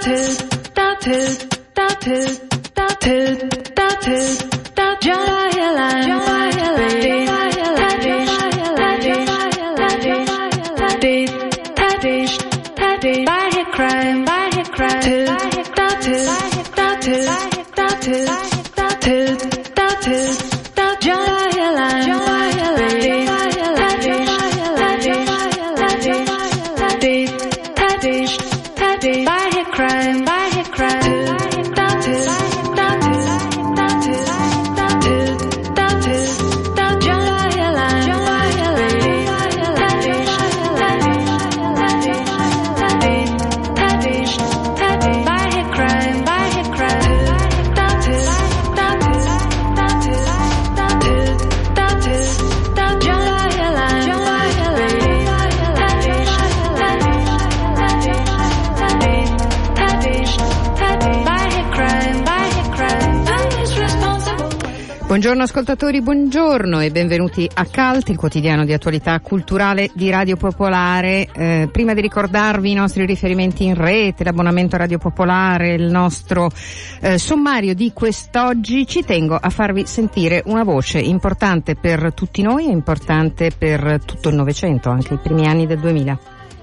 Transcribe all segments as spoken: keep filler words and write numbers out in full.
Buongiorno ascoltatori, buongiorno e benvenuti a Cult, il quotidiano di attualità culturale di Radio Popolare. Eh, prima di ricordarvi i nostri riferimenti in rete, l'abbonamento a Radio Popolare, il nostro eh, sommario di quest'oggi, ci tengo a farvi sentire una voce importante per tutti noi e importante per tutto il Novecento, anche i primi anni del duemila.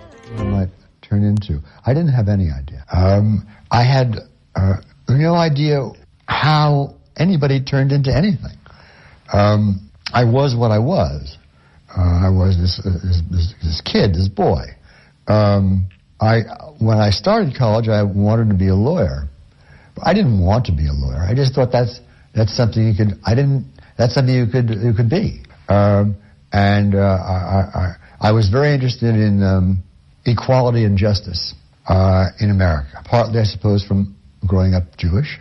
Turn into. I didn't have any idea. Um, I had uh, no idea how anybody turned into anything. Um, I was what I was. Uh, I was this, this, this, this kid, this boy. Um, I, when I started college, I wanted to be a lawyer. But I didn't want to be a lawyer. I just thought that's, that's something you could, I didn't, that's something you could, you could be. Um, and, uh, I, I, I was very interested in, um, equality and justice, uh, in America. Partly, I suppose, from growing up Jewish.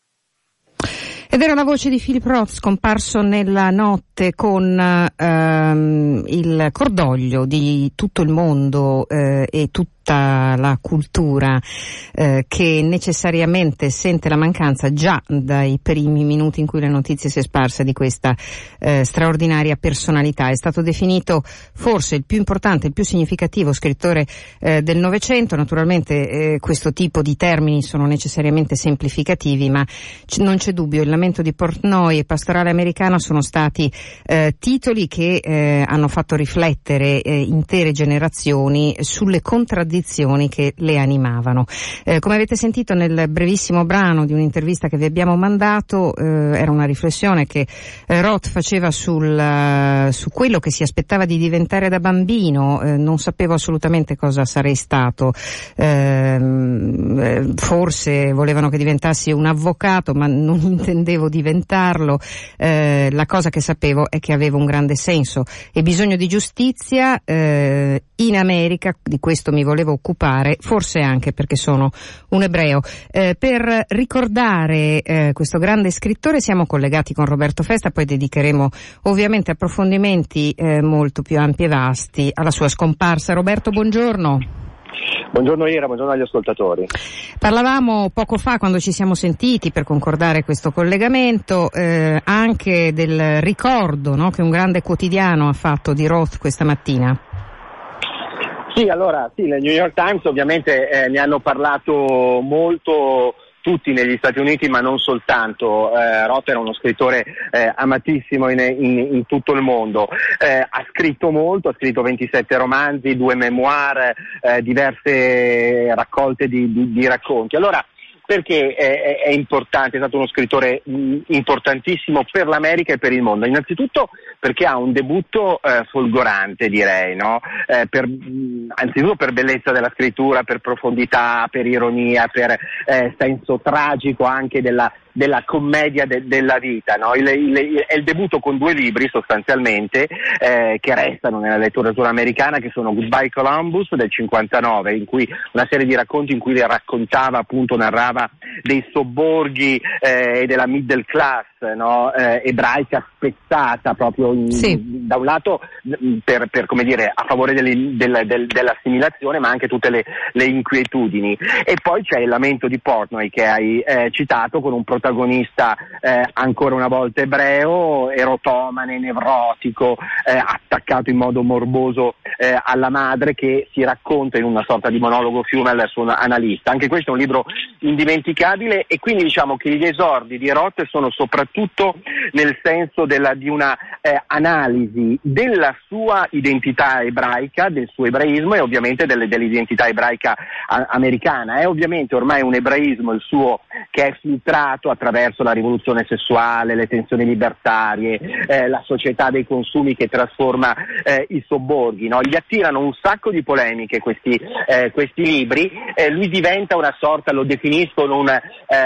Ed era la voce di Philip Roth, scomparso nella notte con ehm, il cordoglio di tutto il mondo eh, e tutta la cultura eh, che necessariamente sente la mancanza già dai primi minuti in cui le notizie si è sparse di questa eh, straordinaria personalità. È stato definito forse il più importante, il più significativo scrittore eh, del Novecento. Naturalmente eh, questo tipo di termini sono necessariamente semplificativi, ma c- non c'è dubbio, il Lamento di Portnoy e Pastorale americano sono stati eh, titoli che eh, hanno fatto riflettere eh, intere generazioni sulle contraddizioni che le animavano. Eh, come avete sentito nel brevissimo brano di un'intervista che vi abbiamo mandato, eh, era una riflessione che eh, Roth faceva sul, uh, su quello che si aspettava di diventare da bambino. Eh, non sapevo assolutamente cosa sarei stato. Eh, forse volevano che diventassi un avvocato, ma non intendevo diventarlo. Eh, la cosa che sapevo è che avevo un grande senso e bisogno di giustizia eh, in America. Di questo mi volevo occupare, forse anche perché sono un ebreo. Eh, per ricordare eh, questo grande scrittore siamo collegati con Roberto Festa, poi dedicheremo ovviamente approfondimenti eh, molto più ampi e vasti alla sua scomparsa. Roberto, buongiorno. Buongiorno Ira, buongiorno agli ascoltatori. Parlavamo poco fa, quando ci siamo sentiti per concordare questo collegamento, eh, anche del ricordo, no, che un grande quotidiano ha fatto di Roth questa mattina. Sì, allora, sì, nel New York Times ovviamente eh, ne hanno parlato molto tutti negli Stati Uniti, ma non soltanto. Eh, Roth era uno scrittore eh, amatissimo in, in, in tutto il mondo. Eh, ha scritto molto, ha scritto ventisette romanzi, due memoir, eh, diverse raccolte di, di, di racconti. Allora, perché è, è importante, è stato uno scrittore mh, importantissimo per l'America e per il mondo? Innanzitutto perché ha un debutto eh, folgorante, direi, no? Eh, per, mh, anzitutto per bellezza della scrittura, per profondità, per ironia, per eh, senso tragico anche della della commedia de- della vita, no? Il, il, è il debutto con due libri sostanzialmente eh, che restano nella letteratura americana, che sono Goodbye Columbus del cinquantanove, in cui una serie di racconti in cui raccontava, appunto narrava dei sobborghi eh, e della middle class no? eh, ebraica spezzata proprio in, sì. da un lato per, per come dire a favore delle, del, del, dell'assimilazione, ma anche tutte le, le inquietudini. E poi c'è il lamento di Portnoy che hai eh, citato, con un protagonista eh, ancora una volta ebreo, erotomane, nevrotico, eh, attaccato in modo morboso eh, alla madre, che si racconta in una sorta di monologo fiume al suo analista. Anche questo è un libro indimenticabile, e quindi diciamo che gli esordi di Roth sono soprattutto nel senso della, di una eh, analisi della sua identità ebraica, del suo ebraismo, e ovviamente delle, dell'identità ebraica a, americana. È ovviamente ormai un ebraismo il suo che è filtrato attraverso la rivoluzione sessuale, le tensioni libertarie, eh, la società dei consumi che trasforma eh, i sobborghi, no? Gli attirano un sacco di polemiche questi, eh, questi libri. Eh, lui diventa una sorta, lo definiscono un,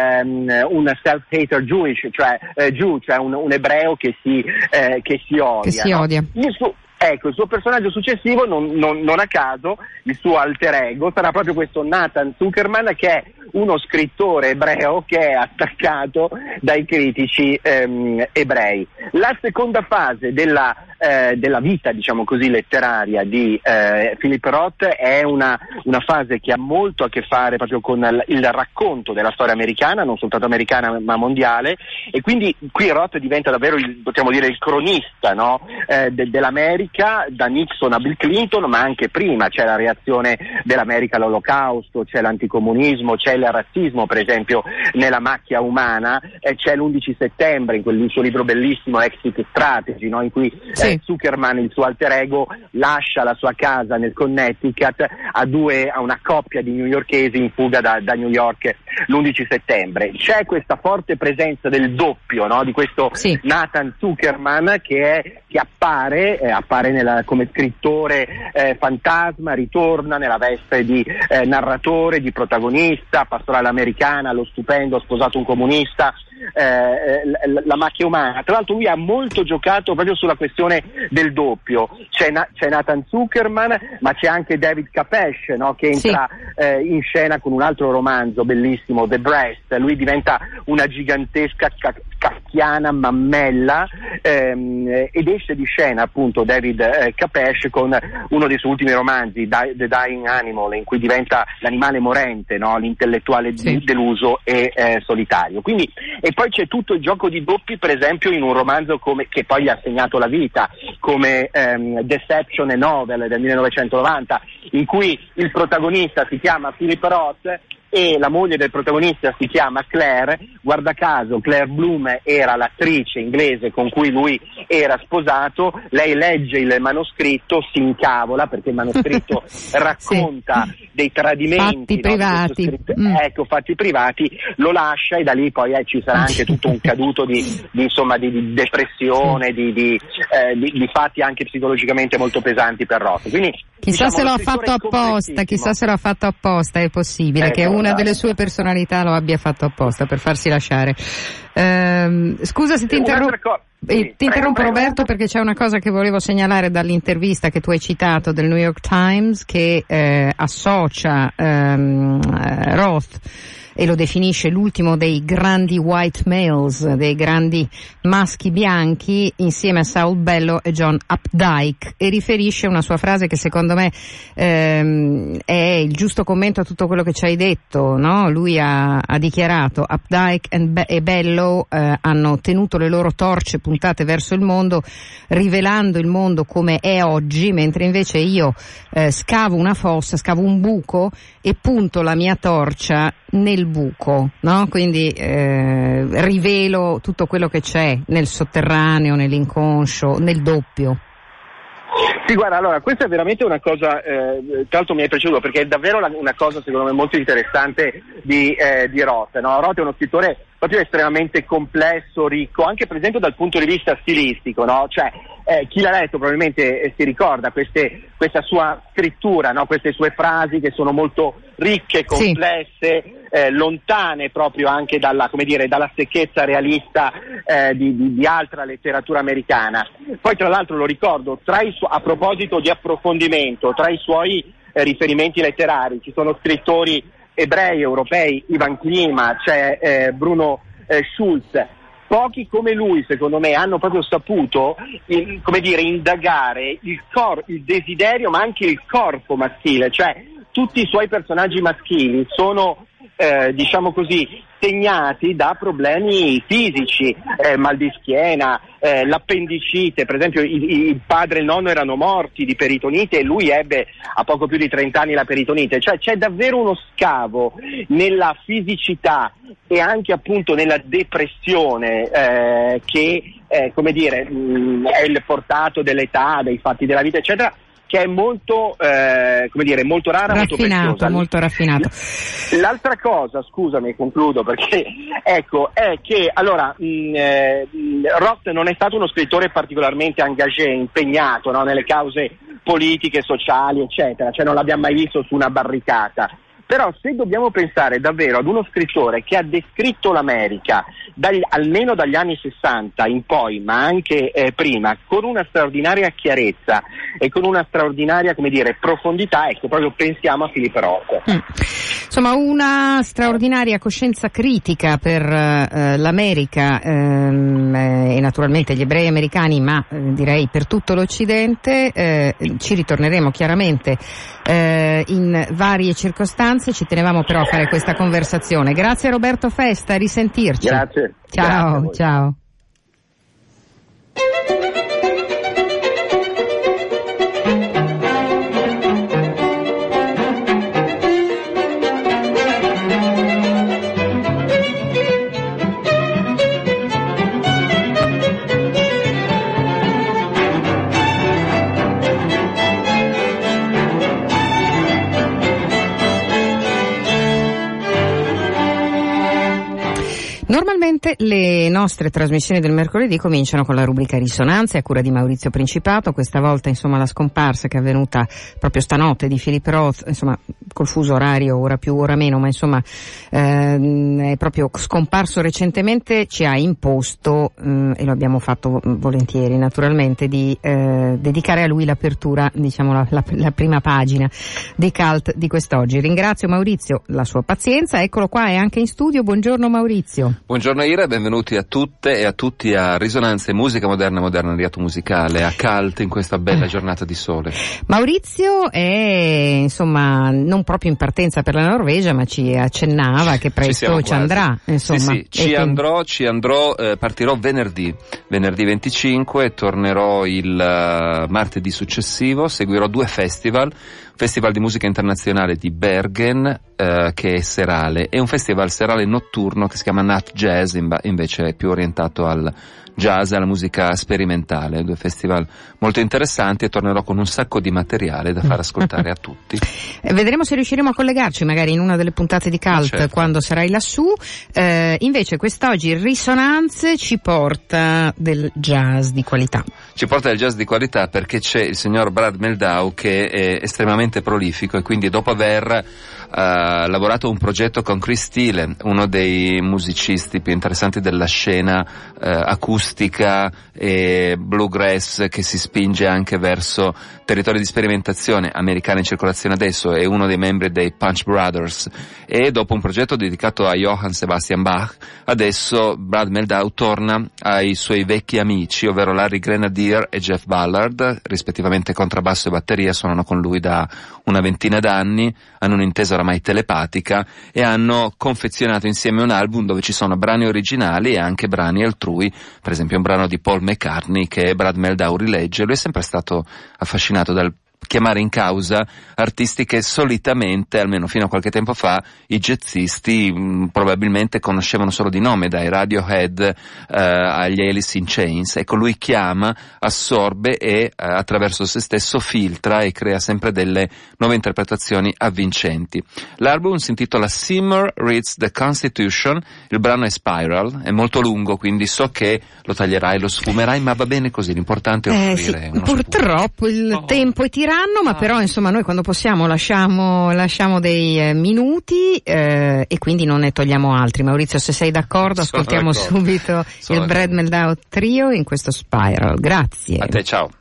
um, un self-hater Jewish, cioè, eh, Jew, cioè un, un ebreo che si, eh, che si odia. Che si no? odia. Il suo, ecco, il suo personaggio successivo, non, non, non a caso, il suo alter ego, sarà proprio questo Nathan Zuckerman, che è uno scrittore ebreo che è attaccato dai critici ehm, ebrei. La seconda fase della, eh, della vita, diciamo così, letteraria di eh, Philip Roth è una, una fase che ha molto a che fare proprio con il, il racconto della storia americana, non soltanto americana ma mondiale, e quindi qui Roth diventa davvero, il, potremmo dire, il cronista, no? eh, de, dell'America, da Nixon a Bill Clinton, ma anche prima. C'è la reazione dell'America all'Olocausto, c'è l'anticomunismo, c'è il razzismo, per esempio nella macchia umana, eh, c'è l'undici settembre, in quel suo libro bellissimo Exit Strategy, no? In cui sì. eh, Zuckerman, il suo alter ego, lascia la sua casa nel Connecticut a due a una coppia di newyorkesi in fuga da, da New York l'undici settembre. C'è questa forte presenza del doppio, no? Di questo sì. Nathan Zuckerman che, è, che appare, eh, appare nella, come scrittore eh, fantasma, ritorna nella veste di eh, narratore, di protagonista, pastorale americana, lo stupendo, ha sposato un comunista, eh, la, la macchia umana. Tra l'altro lui ha molto giocato proprio sulla questione del doppio. C'è, na, c'è Nathan Zuckerman, ma c'è anche David Kapesh, no? Che entra sì. eh, in scena con un altro romanzo bellissimo, The Breast. Lui diventa una gigantesca ca- kafkiana mammella ehm, ed esce di scena appunto David eh, Kapesh con uno dei suoi ultimi romanzi, Die, The Dying Animal, in cui diventa l'animale morente, no? L'intellettuale sì. deluso e eh, solitario. Quindi, e poi c'è tutto il gioco di doppi, per esempio in un romanzo come, che poi gli ha segnato la vita, come ehm, Deception a Novel del millenovecentonovanta, in cui il protagonista si chiama Philip Roth e la moglie del protagonista si chiama Claire. Guarda caso Claire Bloom era l'attrice inglese con cui lui era sposato. Lei legge il manoscritto, si incavola perché il manoscritto racconta sì. dei tradimenti, fatti no, privati mm. ecco, fatti privati, lo lascia e da lì poi eh, ci sarà anche tutto un caduto di, di insomma di, di depressione, sì. di, di, eh, di, di fatti anche psicologicamente molto pesanti per Roth. Quindi chissà diciamo, se lo ha fatto apposta, chissà se lo ha fatto apposta, è possibile ecco, che una delle sue personalità lo abbia fatto apposta per farsi lasciare. Ehm, scusa se ti interrompo. Co- sì, ti interrompo prego, Roberto, perché c'è una cosa che volevo segnalare dall'intervista che tu hai citato del New York Times, che eh, associa ehm, Roth e lo definisce l'ultimo dei grandi white males, dei grandi maschi bianchi, insieme a Saul Bellow e John Updike, e riferisce una sua frase che secondo me ehm, è il giusto commento a tutto quello che ci hai detto, no? Lui ha, ha dichiarato: Updike Be- e Bellow eh, hanno tenuto le loro torce puntate verso il mondo, rivelando il mondo come è oggi, mentre invece io eh, scavo una fossa, scavo un buco e punto la mia torcia nel buco, no? Quindi eh, rivelo tutto quello che c'è nel sotterraneo, nell'inconscio, nel doppio. Sì, guarda, allora, questa è veramente una cosa, eh, tra l'altro mi è piaciuto perché è davvero la, una cosa secondo me molto interessante di, eh, di Roth, no? Roth è uno scrittore proprio estremamente complesso, ricco, anche per esempio dal punto di vista stilistico, no? Cioè, eh, chi l'ha letto probabilmente eh, si ricorda queste, questa sua scrittura, no? Queste sue frasi che sono molto ricche, complesse, sì. eh, lontane proprio anche dalla, come dire, dalla secchezza realista eh, di, di, di altra letteratura americana. Poi tra l'altro lo ricordo, tra i su- a proposito di approfondimento, tra i suoi eh, riferimenti letterari ci sono scrittori ebrei, europei, Ivan Klima, c'è eh, Bruno eh, Schulz. pochi come lui, secondo me, hanno proprio saputo, in, come dire, indagare il, cor- il desiderio, ma anche il corpo maschile, cioè tutti i suoi personaggi maschili sono, eh, diciamo così, segnati da problemi fisici, eh, mal di schiena, eh, l'appendicite, per esempio il, il padre e il nonno erano morti di peritonite e lui ebbe a poco più di trenta anni la peritonite, cioè c'è davvero uno scavo nella fisicità e anche appunto nella depressione eh, che eh, come dire mh, è il portato dell'età, dei fatti della vita eccetera, che è molto, eh, come dire, molto rara, raffinato, molto preziosa. molto raffinato. L'altra cosa, scusami, concludo, perché ecco, è che allora mh, eh, Roth non è stato uno scrittore particolarmente engagé, impegnato, no, nelle cause politiche, sociali, eccetera, cioè non l'abbiamo mai visto su una barricata. Però se dobbiamo pensare davvero ad uno scrittore che ha descritto l'America dagli, almeno dagli anni sessanta in poi, ma anche eh, prima, con una straordinaria chiarezza e con una straordinaria, come dire, profondità, ecco, proprio pensiamo a Philip Roth. Mm. Insomma, una straordinaria coscienza critica per eh, l'America ehm, eh, e naturalmente gli ebrei americani, ma eh, direi per tutto l'Occidente. Eh, ci ritorneremo chiaramente eh, in varie circostanze, ci tenevamo però a fare questa conversazione. Grazie Roberto Festa, a risentirci. Grazie. Ciao, Grazie ciao. Normalmente le nostre trasmissioni del mercoledì cominciano con la rubrica Risonanze a cura di Maurizio Principato. Questa volta insomma la scomparsa che è avvenuta proprio stanotte di Philip Roth, insomma col fuso orario ora più ora meno, ma insomma ehm, è proprio scomparso recentemente, ci ha imposto ehm, e lo abbiamo fatto volentieri naturalmente di eh, dedicare a lui l'apertura, diciamo la, la, la prima pagina di Cult di quest'oggi. Ringrazio Maurizio, la sua pazienza, eccolo qua, è anche in studio. Buongiorno Maurizio. Buongiorno Ira, benvenuti a tutte e a tutti a Risonanze, musica moderna, modernariato musicale, a Cult in questa bella giornata di sole. Maurizio è insomma non proprio in partenza per la Norvegia, ma ci accennava che presto ci, ci andrà. Insomma. Sì, sì, ci andrò, ci andrò, eh, partirò venerdì, venerdì venticinque, tornerò il uh, martedì successivo, seguirò due festival. Festival di musica internazionale di Bergen, eh, che è serale, e un festival serale notturno che si chiama Nat Jazz, invece è più orientato al jazz e alla musica sperimentale. Due festival molto interessanti e tornerò con un sacco di materiale da far ascoltare a tutti. Vedremo se riusciremo a collegarci magari in una delle puntate di Cult, certo, quando sarai lassù. Eh, invece quest'oggi Risonanze ci porta del jazz di qualità. Ci porta del jazz di qualità perché c'è il signor Brad Mehldau che è estremamente prolifico e quindi dopo aver uh, lavorato un progetto con Chris Steele, uno dei musicisti più interessanti della scena uh, acustica e bluegrass che si spinge anche verso territori di sperimentazione americani in circolazione adesso, è uno dei membri dei Punch Brothers, e dopo un progetto dedicato a Johann Sebastian Bach adesso Brad Mehldau torna ai suoi vecchi amici, ovvero Larry Grenadier e Jeff Ballard, rispettivamente contrabbasso e batteria. Suonano con lui da una ventina d'anni, hanno un'intesa oramai telepatica e hanno confezionato insieme un album dove ci sono brani originali e anche brani altrui, per esempio un brano di Paul McCartney che Brad Mehldau rilegge. Lui è sempre stato affascinato dal chiamare in causa artisti che solitamente, almeno fino a qualche tempo fa, i jazzisti mh, probabilmente conoscevano solo di nome, dai Radiohead eh, agli Alice in Chains. Ecco, lui chiama, assorbe e eh, attraverso se stesso filtra e crea sempre delle nuove interpretazioni avvincenti. L'album si intitola Simmer Reads the Constitution, il brano è Spiral, è molto lungo, quindi so che lo taglierai, lo sfumerai, ma va bene così, l'importante è offrire eh, sì, uno purtroppo spunto. il oh. tempo è tiranno, ma però insomma noi quando possiamo lasciamo, lasciamo dei eh, minuti eh, e quindi non ne togliamo altri. Maurizio, se sei d'accordo, Sono ascoltiamo d'accordo. subito Sono il Brad Mehldau Trio in questo Spiral. Grazie. A te, ciao.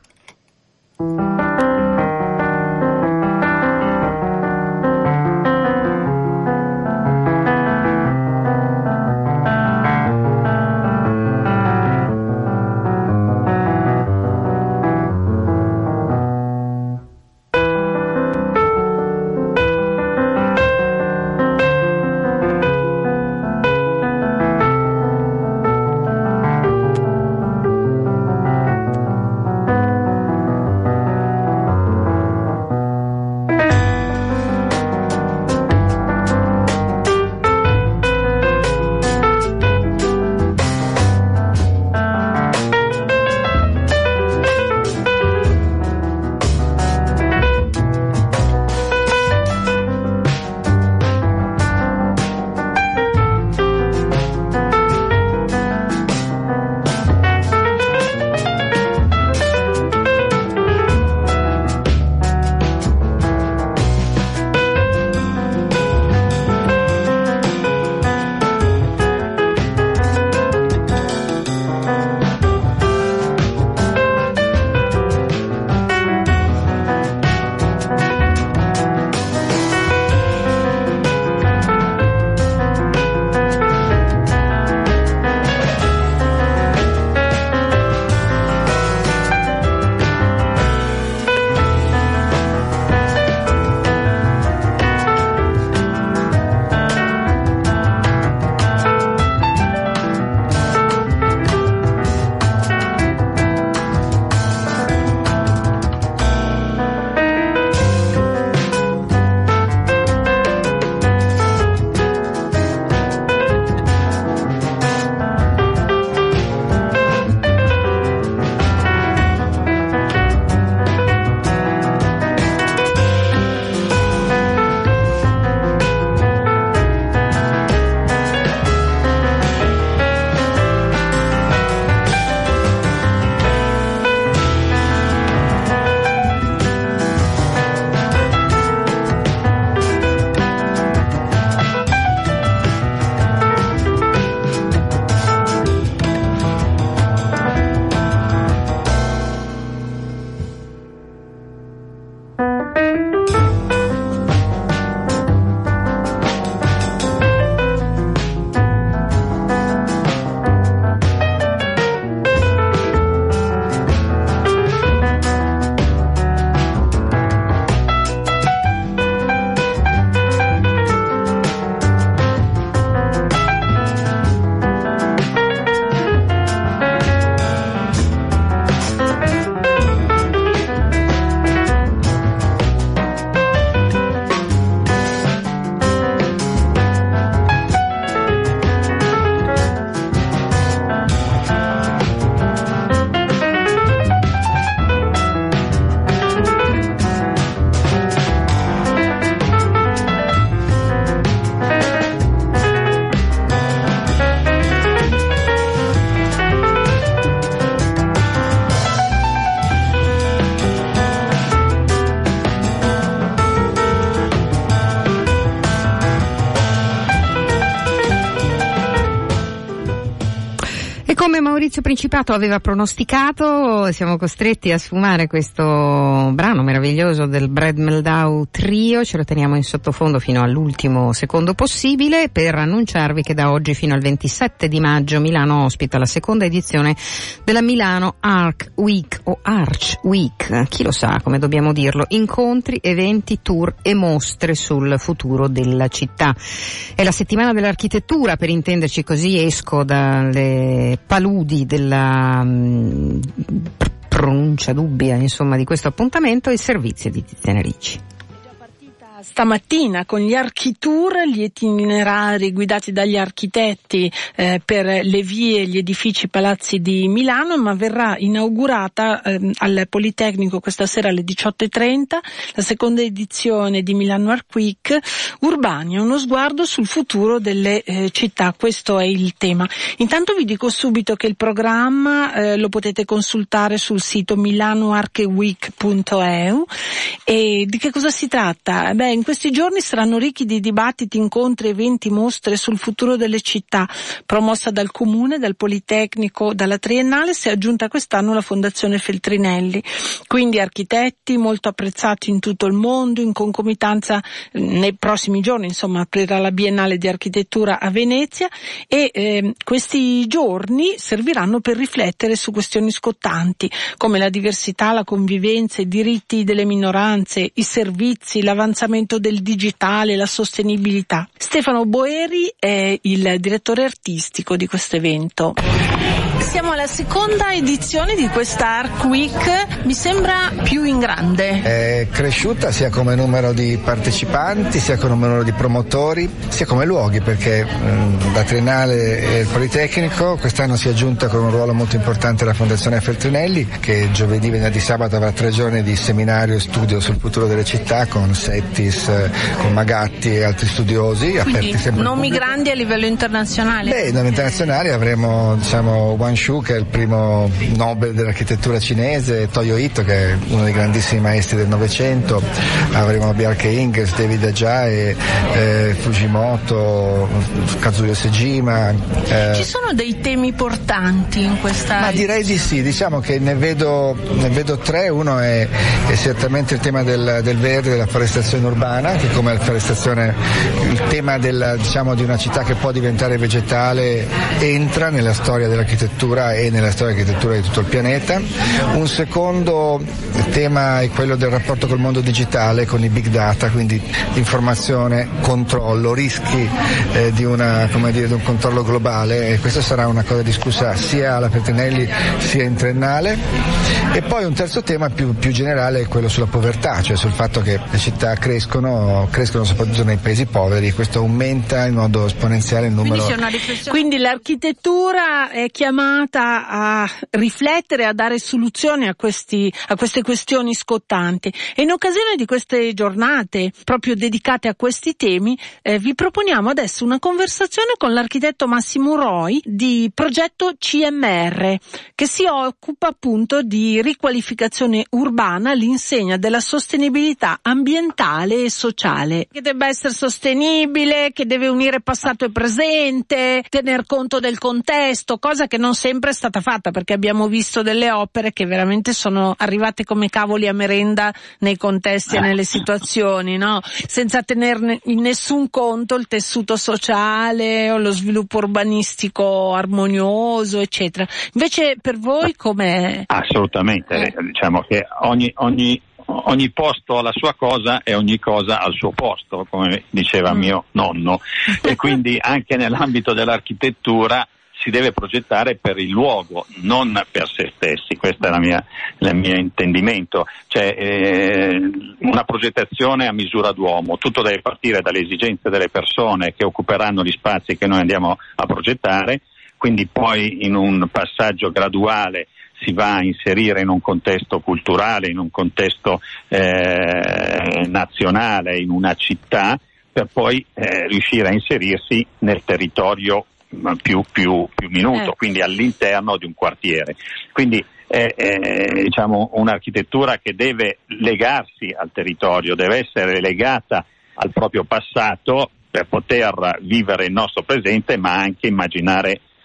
Come Maurizio Principato aveva pronosticato, siamo costretti a sfumare questo brano meraviglioso del Brad Mehldau Trio. Ce lo teniamo in sottofondo fino all'ultimo secondo possibile per annunciarvi che da oggi fino al ventisette di maggio Milano ospita la seconda edizione della Milano Arc Week o Arch Week, chi lo sa come dobbiamo dirlo, incontri, eventi, tour e mostre sul futuro della città. È la settimana dell'architettura, per intenderci, così esco dalle paludi della mh, pronuncia dubbia, insomma, di questo appuntamento. Il servizio di Tiziana Ricci. Stamattina con gli Architour, gli itinerari guidati dagli architetti eh, per le vie, gli edifici, palazzi di Milano, ma verrà inaugurata eh, al Politecnico questa sera alle diciotto e trenta la seconda edizione di Milano Arc Week Urbania, uno sguardo sul futuro delle eh, città. Questo è il tema. Intanto vi dico subito che il programma eh, lo potete consultare sul sito milano arc week punto e u. E di che cosa si tratta? Beh, in questi giorni saranno ricchi di dibattiti, incontri, eventi, mostre sul futuro delle città, promossa dal Comune, dal Politecnico, dalla Triennale. Si è aggiunta quest'anno la Fondazione Feltrinelli. Quindi architetti molto apprezzati in tutto il mondo, in concomitanza nei prossimi giorni, insomma, aprirà la Biennale di Architettura a Venezia e eh, questi giorni serviranno per riflettere su questioni scottanti come la diversità, la convivenza, i diritti delle minoranze, i servizi, l'avanzamento del digitale, la sostenibilità. Stefano Boeri è il direttore artistico di questo evento. Siamo alla seconda edizione di questa Arc Week, mi sembra più in grande. È cresciuta sia come numero di partecipanti, sia come numero di promotori, sia come luoghi, perché mh, la Triennale e il Politecnico quest'anno si è aggiunta con un ruolo molto importante la Fondazione Feltrinelli, che giovedì, venerdì, sabato avrà tre giorni di seminario e studio sul futuro delle città con Settis, con Magatti e altri studiosi. Quindi aperti sempre nomi grandi a livello internazionale. Beh, nomi internazionali avremo, diciamo, Wang Shu, che è il primo Nobel dell'architettura cinese, Toyo Ito, che è uno dei grandissimi maestri del Novecento, avremo Bjarke Ingels, David Ajae, eh, Fujimoto, Kazuyo Sejima. Eh. Ci sono dei temi portanti in questa? Ma direi di sì, diciamo che ne vedo, ne vedo tre. Uno è, è certamente il tema del, del verde, della forestazione urbana, che come la forestazione, il tema del, diciamo, di una città che può diventare vegetale entra nella storia dell'architettura e nella storia dell'architettura di tutto il pianeta. Un secondo tema è quello del rapporto col mondo digitale, con i big data, quindi informazione, controllo, rischi eh, di, una, come dire, di un controllo globale, e questa sarà una cosa discussa sia alla Feltrinelli sia in triennale. E poi un terzo tema più, più generale è quello sulla povertà, cioè sul fatto che le città crescono, crescono soprattutto nei paesi poveri, e questo aumenta in modo esponenziale il numero. Quindi, c'è una riflessione. Quindi l'architettura è chiamata a riflettere, a dare soluzioni a questi, a queste questioni scottanti, e in occasione di queste giornate proprio dedicate a questi temi eh, vi proponiamo adesso una conversazione con l'architetto Massimo Roi di Progetto C M R, che si occupa appunto di riqualificazione urbana all'insegna della sostenibilità ambientale e sociale, che debba essere sostenibile, che deve unire passato e presente, tener conto del contesto, cosa che non sempre è stata fatta, perché abbiamo visto delle opere che veramente sono arrivate come cavoli a merenda nei contesti e nelle situazioni, no? Senza tenerne in nessun conto il tessuto sociale o lo sviluppo urbanistico armonioso, eccetera. Invece per voi com'è? Assolutamente, eh. diciamo che ogni, ogni ogni posto ha la sua cosa e ogni cosa al suo posto, come diceva mm. mio nonno, e quindi anche nell'ambito dell'architettura si deve progettare per il luogo, non per se stessi. Questo è la mia, il mio intendimento. Cioè, eh, una progettazione a misura d'uomo, tutto deve partire dalle esigenze delle persone che occuperanno gli spazi che noi andiamo a progettare, quindi poi in un passaggio graduale si va a inserire in un contesto culturale, in un contesto eh, nazionale, in una città, per poi eh, riuscire a inserirsi nel territorio più, più, più minuto, eh. quindi all'interno di un quartiere. Quindi è, è diciamo un'architettura che deve legarsi al territorio, deve essere legata al proprio passato per poter vivere il nostro presente, ma anche immaginare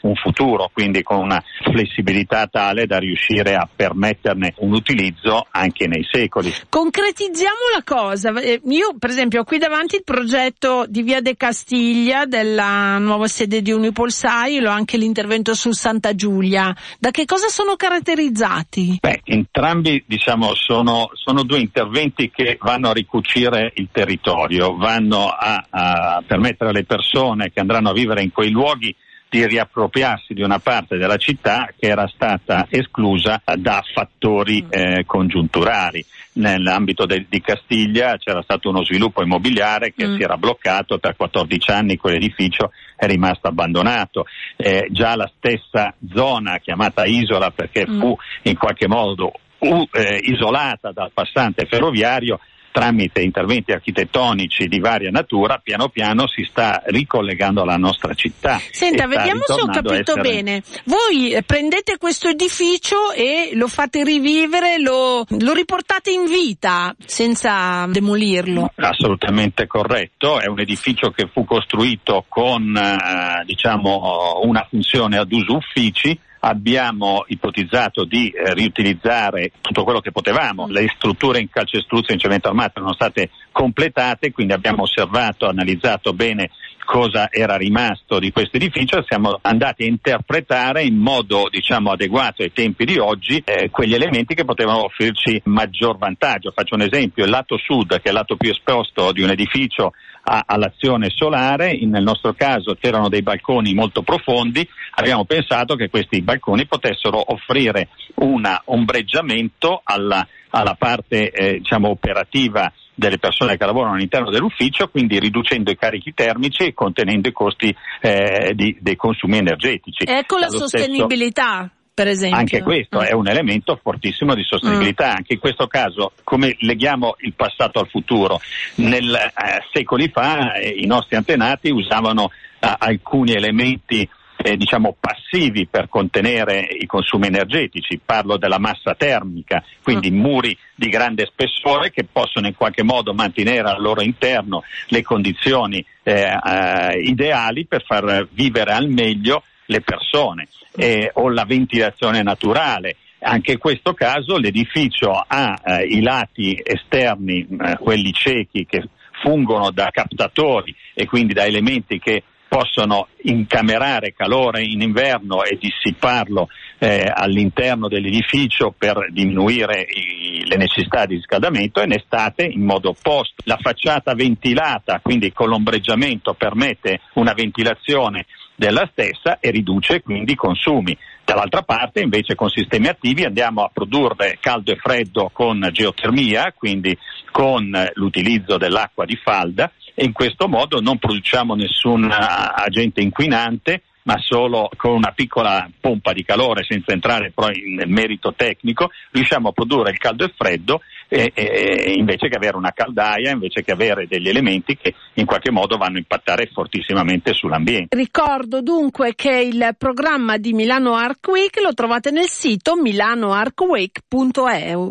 un futuro, quindi con una flessibilità tale da riuscire a permetterne un utilizzo anche nei secoli. Concretizziamo la cosa. Io per esempio ho qui davanti il progetto di Via de Castiglia della nuova sede di Unipolsai, l'ho anche l'intervento su Santa Giulia. Da che cosa sono caratterizzati? Beh, entrambi diciamo sono, sono due interventi che vanno a ricucire il territorio, vanno a, a permettere alle persone che andranno a vivere in quei luoghi di riappropriarsi di una parte della città che era stata esclusa da fattori eh, congiunturali. Nell'ambito de, di Castiglia c'era stato uno sviluppo immobiliare che mm. si era bloccato, per quattordici anni quell'edificio è rimasto abbandonato. Eh, già la stessa zona chiamata Isola, perché mm. fu in qualche modo uh, eh, isolata dal passante ferroviario, tramite interventi architettonici di varia natura, piano piano si sta ricollegando alla nostra città. Senta, vediamo se ho capito essere... bene. Voi prendete questo edificio e lo fate rivivere, lo, lo riportate in vita senza demolirlo? Assolutamente corretto, è un edificio che fu costruito con eh, diciamo una funzione ad uso uffici. Abbiamo ipotizzato di eh, riutilizzare tutto quello che potevamo, le strutture in calcestruzzo e in cemento armato erano state completate, quindi abbiamo osservato, analizzato bene cosa era rimasto di questo edificio, siamo andati a interpretare in modo diciamo adeguato ai tempi di oggi eh, quegli elementi che potevano offrirci maggior vantaggio. Faccio un esempio: il lato sud, che è il lato più esposto di un edificio a, all'azione solare, in, nel nostro caso c'erano dei balconi molto profondi, abbiamo pensato che questi balconi potessero offrire un ombreggiamento alla, alla parte eh, diciamo operativa delle persone che lavorano all'interno dell'ufficio, quindi riducendo i carichi termici e contenendo i costi eh, di, dei consumi energetici. Ecco la sostenibilità. Stesso... Per esempio. Anche questo mm. è un elemento fortissimo di sostenibilità. Mm. Anche in questo caso, come leghiamo il passato al futuro, nel eh, secoli fa eh, i nostri antenati usavano eh, alcuni elementi eh, diciamo passivi per contenere i consumi energetici. Parlo della massa termica, quindi mm. muri di grande spessore che possono in qualche modo mantenere al loro interno le condizioni eh, eh, ideali per far vivere al meglio le persone, eh, o la ventilazione naturale. Anche in questo caso l'edificio ha eh, i lati esterni, eh, quelli ciechi, che fungono da captatori e quindi da elementi che possono incamerare calore in inverno e dissiparlo eh, all'interno dell'edificio per diminuire i, le necessità di riscaldamento, e in estate in modo opposto. La facciata ventilata, quindi con l'ombreggiamento, permette una ventilazione della stessa e riduce quindi i consumi. Dall'altra parte invece con sistemi attivi andiamo a produrre caldo e freddo con geotermia, quindi con l'utilizzo dell'acqua di falda, e in questo modo non produciamo nessun agente inquinante, ma solo con una piccola pompa di calore, senza entrare poi nel merito tecnico, riusciamo a produrre il caldo e freddo e, e, invece che avere una caldaia, invece che avere degli elementi che in qualche modo vanno a impattare fortissimamente sull'ambiente. Ricordo dunque che il programma di Milano Arc Week lo trovate nel sito milano arc week punto e u.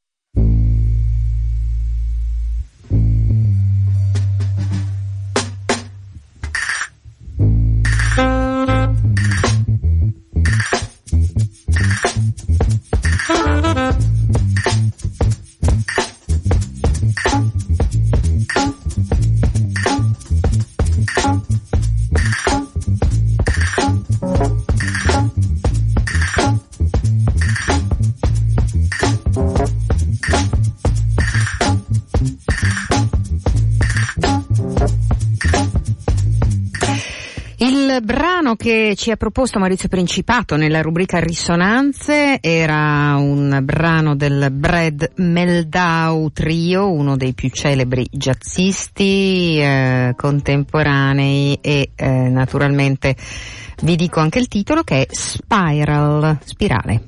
Il brano che ci ha proposto Maurizio Principato nella rubrica Risonanze era un brano del Brad Meldau Trio, uno dei più celebri jazzisti eh, contemporanei, e eh, naturalmente vi dico anche il titolo, che è Spiral, Spirale.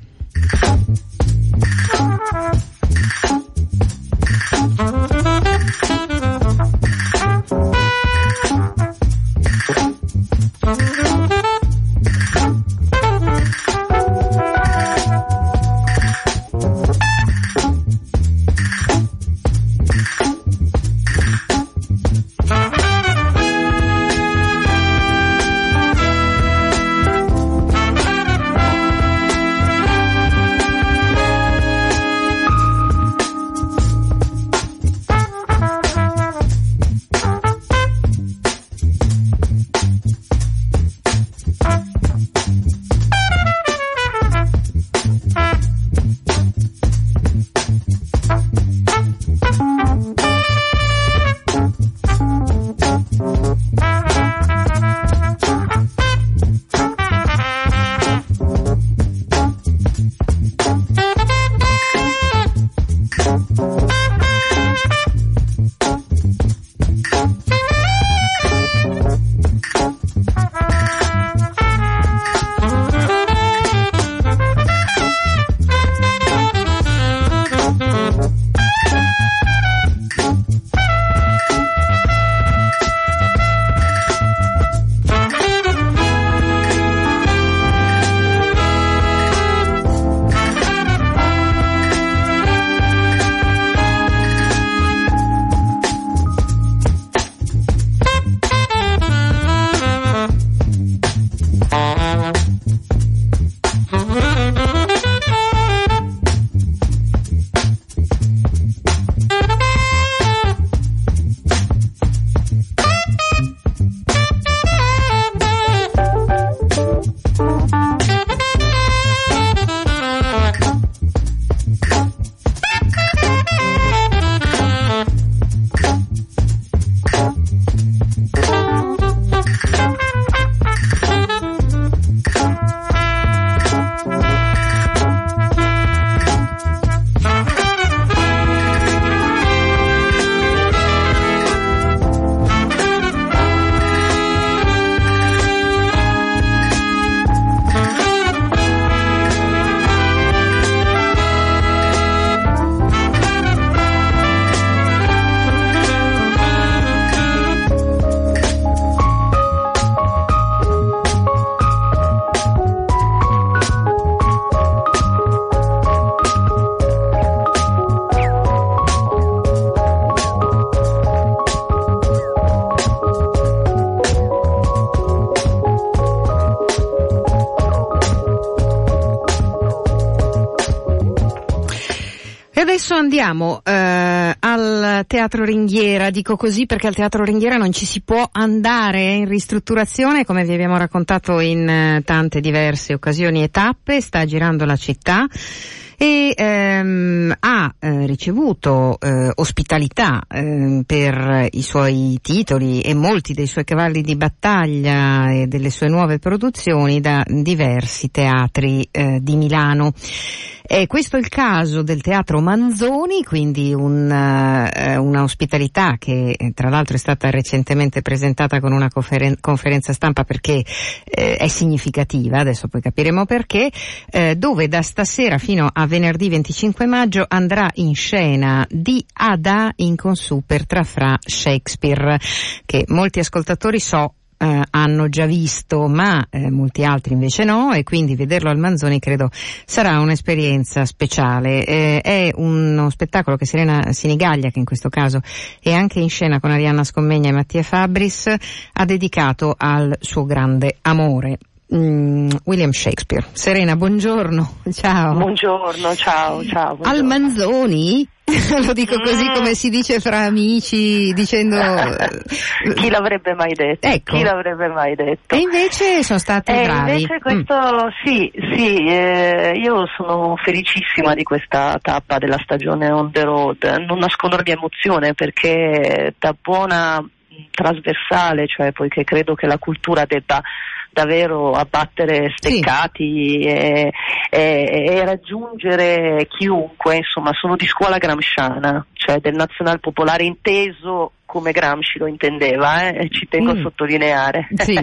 Adesso andiamo eh, al Teatro Ringhiera, dico così perché al Teatro Ringhiera non ci si può andare, è in ristrutturazione, come vi abbiamo raccontato in eh, tante diverse occasioni e tappe, sta girando la città e ehm, ha eh, ricevuto eh, ospitalità eh, per i suoi titoli e molti dei suoi cavalli di battaglia e delle sue nuove produzioni da diversi teatri eh, di Milano. E questo è il caso del Teatro Manzoni, quindi un, uh, una ospitalità che eh, tra l'altro è stata recentemente presentata con una conferen- conferenza stampa perché eh, è significativa, adesso poi capiremo perché, eh, dove da stasera fino a venerdì venticinque maggio andrà in scena Di Ada in consuper tra Fra Shakespeare, che molti ascoltatori so Uh, hanno già visto, ma eh, molti altri invece no, e quindi vederlo al Manzoni credo sarà un'esperienza speciale. Eh, è uno spettacolo che Serena Sinigaglia, che in questo caso è anche in scena con Arianna Scommegna e Mattia Fabris, ha dedicato al suo grande amore, mm, William Shakespeare. Serena, buongiorno. Ciao. Buongiorno, ciao, ciao. Buongiorno. Al Manzoni? Lo dico così come si dice fra amici, dicendo chi l'avrebbe mai detto? Ecco. Chi l'avrebbe mai detto? E invece sono stati e bravi. Invece questo mm. sì, sì, eh, io sono felicissima di questa tappa della stagione on the road. Non nascondo la mia emozione perché da buona trasversale, cioè poiché credo che la cultura debba davvero abbattere steccati sì. e, e, e raggiungere chiunque, insomma sono di scuola gramsciana, cioè del nazional popolare inteso come Gramsci lo intendeva, eh? Ci tengo mm. a sottolineare. Sì.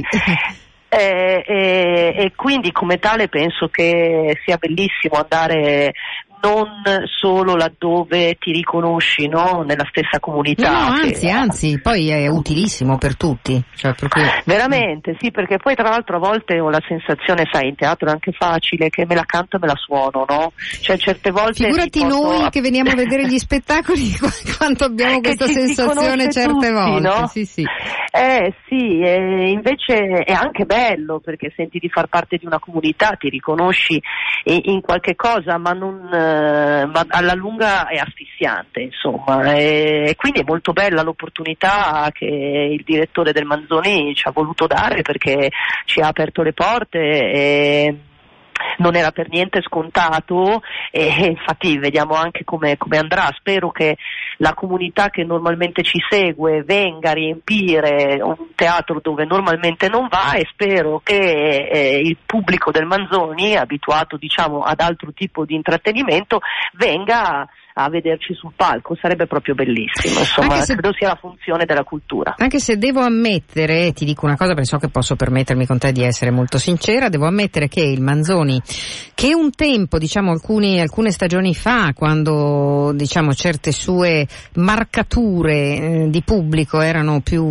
e, e, e quindi come tale penso che sia bellissimo andare non solo laddove ti riconosci, no? Nella stessa comunità. No, no, anzi, che... anzi, poi è utilissimo per tutti. Cioè proprio... Veramente, sì, perché poi tra l'altro a volte ho la sensazione, sai, in teatro è anche facile, che me la canto e me la suono, no? Cioè certe volte... Figurati posso... noi che veniamo a vedere gli spettacoli quanto abbiamo questa sensazione certe tutti, volte. No? Sì, sì. Eh sì, e invece è anche bello perché senti di far parte di una comunità, ti riconosci in qualche cosa, ma non... ma alla lunga è asfissiante, insomma, e quindi è molto bella l'opportunità che il direttore del Manzoni ci ha voluto dare perché ci ha aperto le porte e non era per niente scontato e infatti vediamo anche come, come andrà. Spero che la comunità che normalmente ci segue venga a riempire un teatro dove normalmente non va e spero che eh, il pubblico del Manzoni, abituato diciamo ad altro tipo di intrattenimento, venga a vederci sul palco, sarebbe proprio bellissimo, insomma se, credo sia la funzione della cultura. Anche se devo ammettere, ti dico una cosa perché so che posso permettermi con te di essere molto sincera, devo ammettere che il Manzoni, che un tempo, diciamo alcuni, alcune stagioni fa, quando diciamo certe sue marcature eh, di pubblico erano più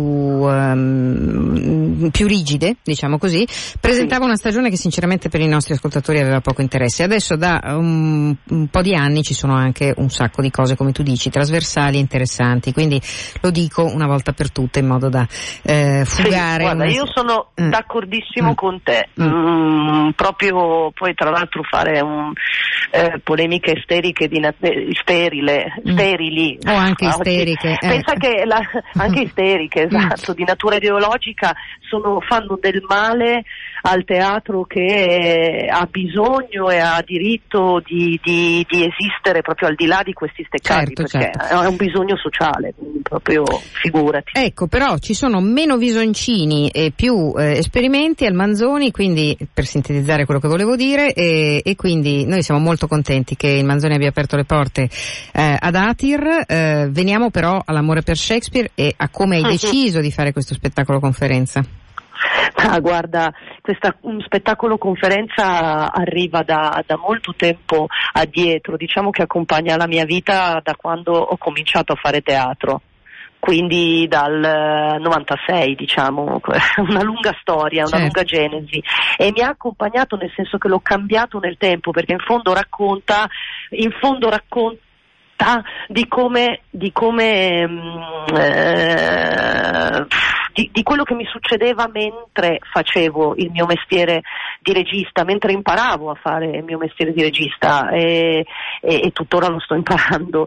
um, più rigide, diciamo così, presentava sì. una stagione che sinceramente per i nostri ascoltatori aveva poco interesse. Adesso da un, un po' di anni ci sono anche un sacco di cose, come tu dici, trasversali e interessanti, quindi lo dico una volta per tutte in modo da eh, fugare. Sì, guarda, una... io sono mm. d'accordissimo mm. con te, mm. Mm, proprio poi tra l'altro fare un, eh, polemiche isteriche di nat- sterile, mm. sterili. O anche isteriche. Eh. Pensa che la, anche isteriche, esatto, di natura ideologica sono, fanno del male al teatro che ha bisogno e ha diritto di, di, di esistere proprio al di là di questi steccati, certo, perché certo. è un bisogno sociale, proprio figurati. Ecco, però ci sono meno visoncini e più eh, esperimenti al Manzoni, quindi per sintetizzare quello che volevo dire, e, e quindi noi siamo molto contenti che il Manzoni abbia aperto le porte eh, ad Atir. Eh, veniamo però all'amore per Shakespeare e a come hai deciso di fare questo spettacolo conferenza. Ah, guarda, questa un spettacolo conferenza arriva da, da molto tempo addietro, diciamo che accompagna la mia vita da quando ho cominciato a fare teatro, quindi dal novantasei, diciamo, una lunga storia, una certo. lunga genesi, e mi ha accompagnato nel senso che l'ho cambiato nel tempo, perché in fondo racconta, in fondo racconta di come, di come eh, di, di quello che mi succedeva mentre facevo il mio mestiere di regista, mentre imparavo a fare il mio mestiere di regista, e, e, e tuttora lo sto imparando.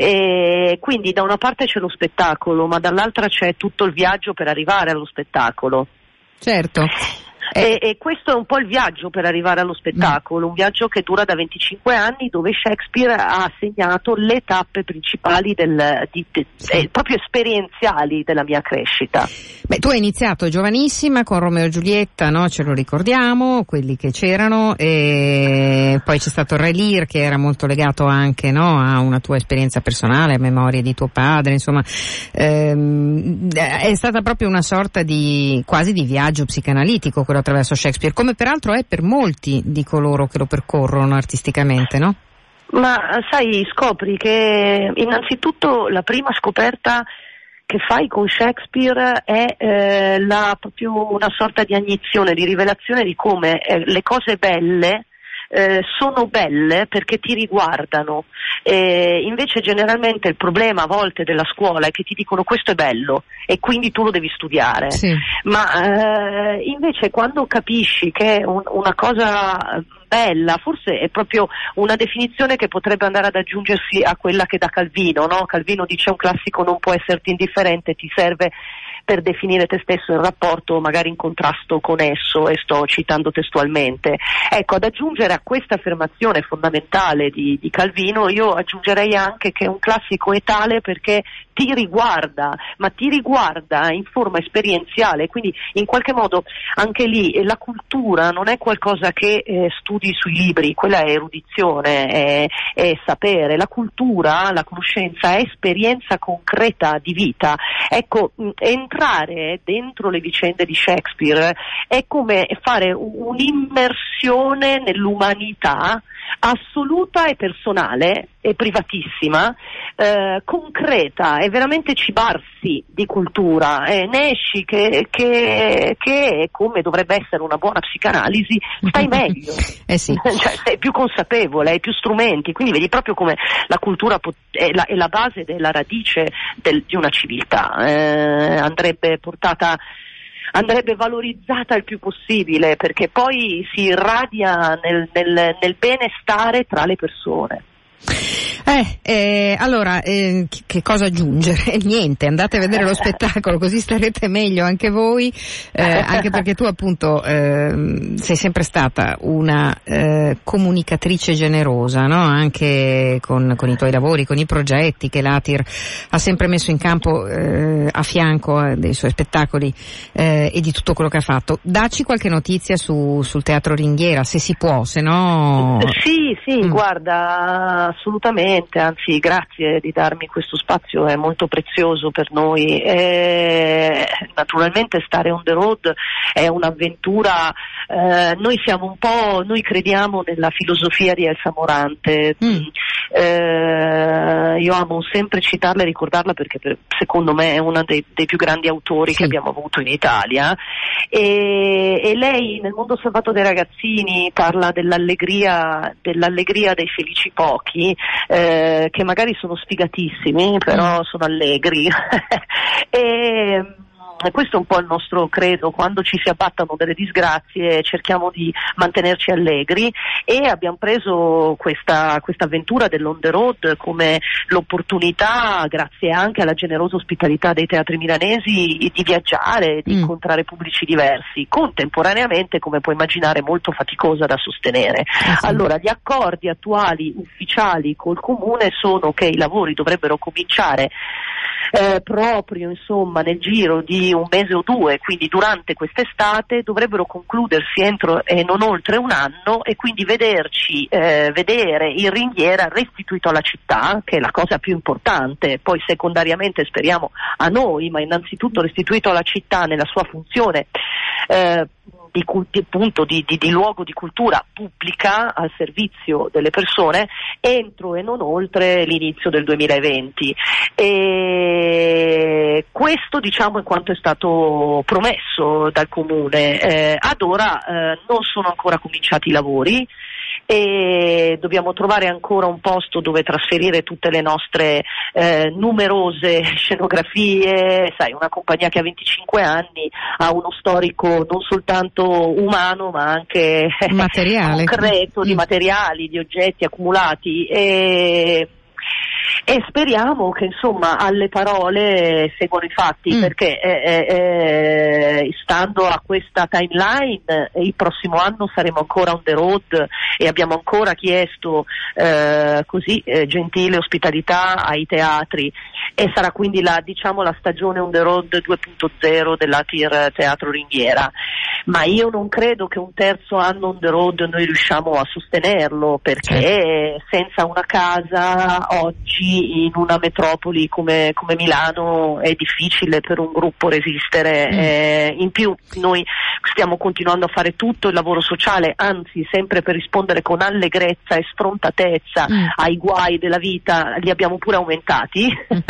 E quindi da una parte c'è lo spettacolo, ma dall'altra c'è tutto il viaggio per arrivare allo spettacolo. Certo. E, e questo è un po' il viaggio per arrivare allo spettacolo, un viaggio che dura da venticinque anni, dove Shakespeare ha segnato le tappe principali del, di, di, sì. eh, proprio esperienziali della mia crescita. Beh, tu hai iniziato giovanissima con Romeo e Giulietta, no? Ce lo ricordiamo, quelli che c'erano, e poi c'è stato Re Lear, che era molto legato anche, no, a una tua esperienza personale, a memorie di tuo padre, insomma, ehm, è stata proprio una sorta di quasi di viaggio psicanalitico quello attraverso Shakespeare, come peraltro è per molti di coloro che lo percorrono artisticamente, no? Ma sai, scopri che innanzitutto la prima scoperta che fai con Shakespeare è eh, la, proprio una sorta di agnizione, di rivelazione di come eh, le cose belle Eh, sono belle perché ti riguardano, eh, invece generalmente il problema a volte della scuola è che ti dicono questo è bello e quindi tu lo devi studiare, sì. ma eh, invece quando capisci che è un, una cosa bella, forse è proprio una definizione che potrebbe andare ad aggiungersi a quella che da Calvino, no? Calvino dice un classico non può esserti indifferente, ti serve per definire te stesso in rapporto, magari in contrasto con esso, e sto citando testualmente. Ecco, ad aggiungere a questa affermazione fondamentale di, di Calvino, io aggiungerei anche che un classico è tale perché ti riguarda, ma ti riguarda in forma esperienziale, quindi in qualche modo anche lì la cultura non è qualcosa che eh, studi sui libri, quella è erudizione, è, è sapere. La cultura, la conoscenza è esperienza concreta di vita. Ecco, entrare dentro le vicende di Shakespeare è come fare un'immersione nell'umanità assoluta e personale e privatissima, eh, concreta, e veramente cibarsi di cultura, e ne esci che, che, che come dovrebbe essere una buona psicanalisi, stai meglio, eh sì. Cioè, sei più consapevole, hai più strumenti, quindi vedi proprio come la cultura è la, è la base della radice del, di una civiltà, eh, andrebbe portata andrebbe valorizzata il più possibile, perché poi si irradia nel, nel, nel benestare tra le persone. Eh, eh, allora, eh, che, che cosa aggiungere? Niente, andate a vedere lo spettacolo, così starete meglio anche voi, eh, anche perché tu appunto eh, sei sempre stata una eh, comunicatrice generosa, no? Anche con, con i tuoi lavori, con i progetti che l'Atir ha sempre messo in campo eh, a fianco dei suoi spettacoli eh, e di tutto quello che ha fatto. Dacci qualche notizia su, sul Teatro Ringhiera, se si può, se no... Sì, sì, mm. guarda, assolutamente, anzi grazie di darmi questo spazio, è molto prezioso per noi. E, naturalmente stare on the road è un'avventura, eh, noi siamo un po', noi crediamo nella filosofia di Elsa Morante, mm. eh, io amo sempre citarla e ricordarla perché per, secondo me è uno dei, dei più grandi autori sì. che abbiamo avuto in Italia, e, e lei nel mondo salvato dei ragazzini parla dell'allegria, dell'allegria dei felici pochi, eh, che magari sono sfigatissimi, però sono allegri. e questo è un po' il nostro credo: quando ci si abbattano delle disgrazie cerchiamo di mantenerci allegri, e abbiamo preso questa questa avventura dell'on the road come l'opportunità, grazie anche alla generosa ospitalità dei teatri milanesi, di viaggiare, di mm. incontrare pubblici diversi, contemporaneamente, come puoi immaginare, molto faticosa da sostenere. Ah, sì. Allora, gli accordi attuali ufficiali col comune sono che i lavori dovrebbero cominciare Eh, proprio insomma nel giro di un mese o due, quindi durante quest'estate, dovrebbero concludersi entro e non oltre un anno, e quindi vederci eh, vedere il Ringhiera restituito alla città, che è la cosa più importante, poi secondariamente speriamo a noi, ma innanzitutto restituito alla città nella sua funzione eh, Di, appunto, di, di, di luogo di cultura pubblica al servizio delle persone entro e non oltre l'inizio del duemilaventi. E questo, diciamo, è quanto è stato promesso dal comune. Eh, ad ora eh, non sono ancora cominciati i lavori, e dobbiamo trovare ancora un posto dove trasferire tutte le nostre eh, numerose scenografie. Sai, una compagnia che ha venticinque anni ha uno storico non soltanto umano ma anche materiale, concreto, di materiali, di oggetti accumulati, e e speriamo che insomma alle parole seguano i fatti, mm. perché eh, eh, stando a questa timeline eh, il prossimo anno saremo ancora on the road e abbiamo ancora chiesto eh, così eh, gentile ospitalità ai teatri, e sarà quindi la, diciamo, la stagione on the road due punto zero dell'Atir Teatro Ringhiera. Ma io non credo che un terzo anno on the road noi riusciamo a sostenerlo, perché certo. senza una casa oggi in una metropoli come, come Milano è difficile per un gruppo resistere. Mm. Eh, in più noi stiamo continuando a fare tutto il lavoro sociale, anzi sempre per rispondere con allegrezza e sfrontatezza mm. ai guai della vita, li abbiamo pure aumentati.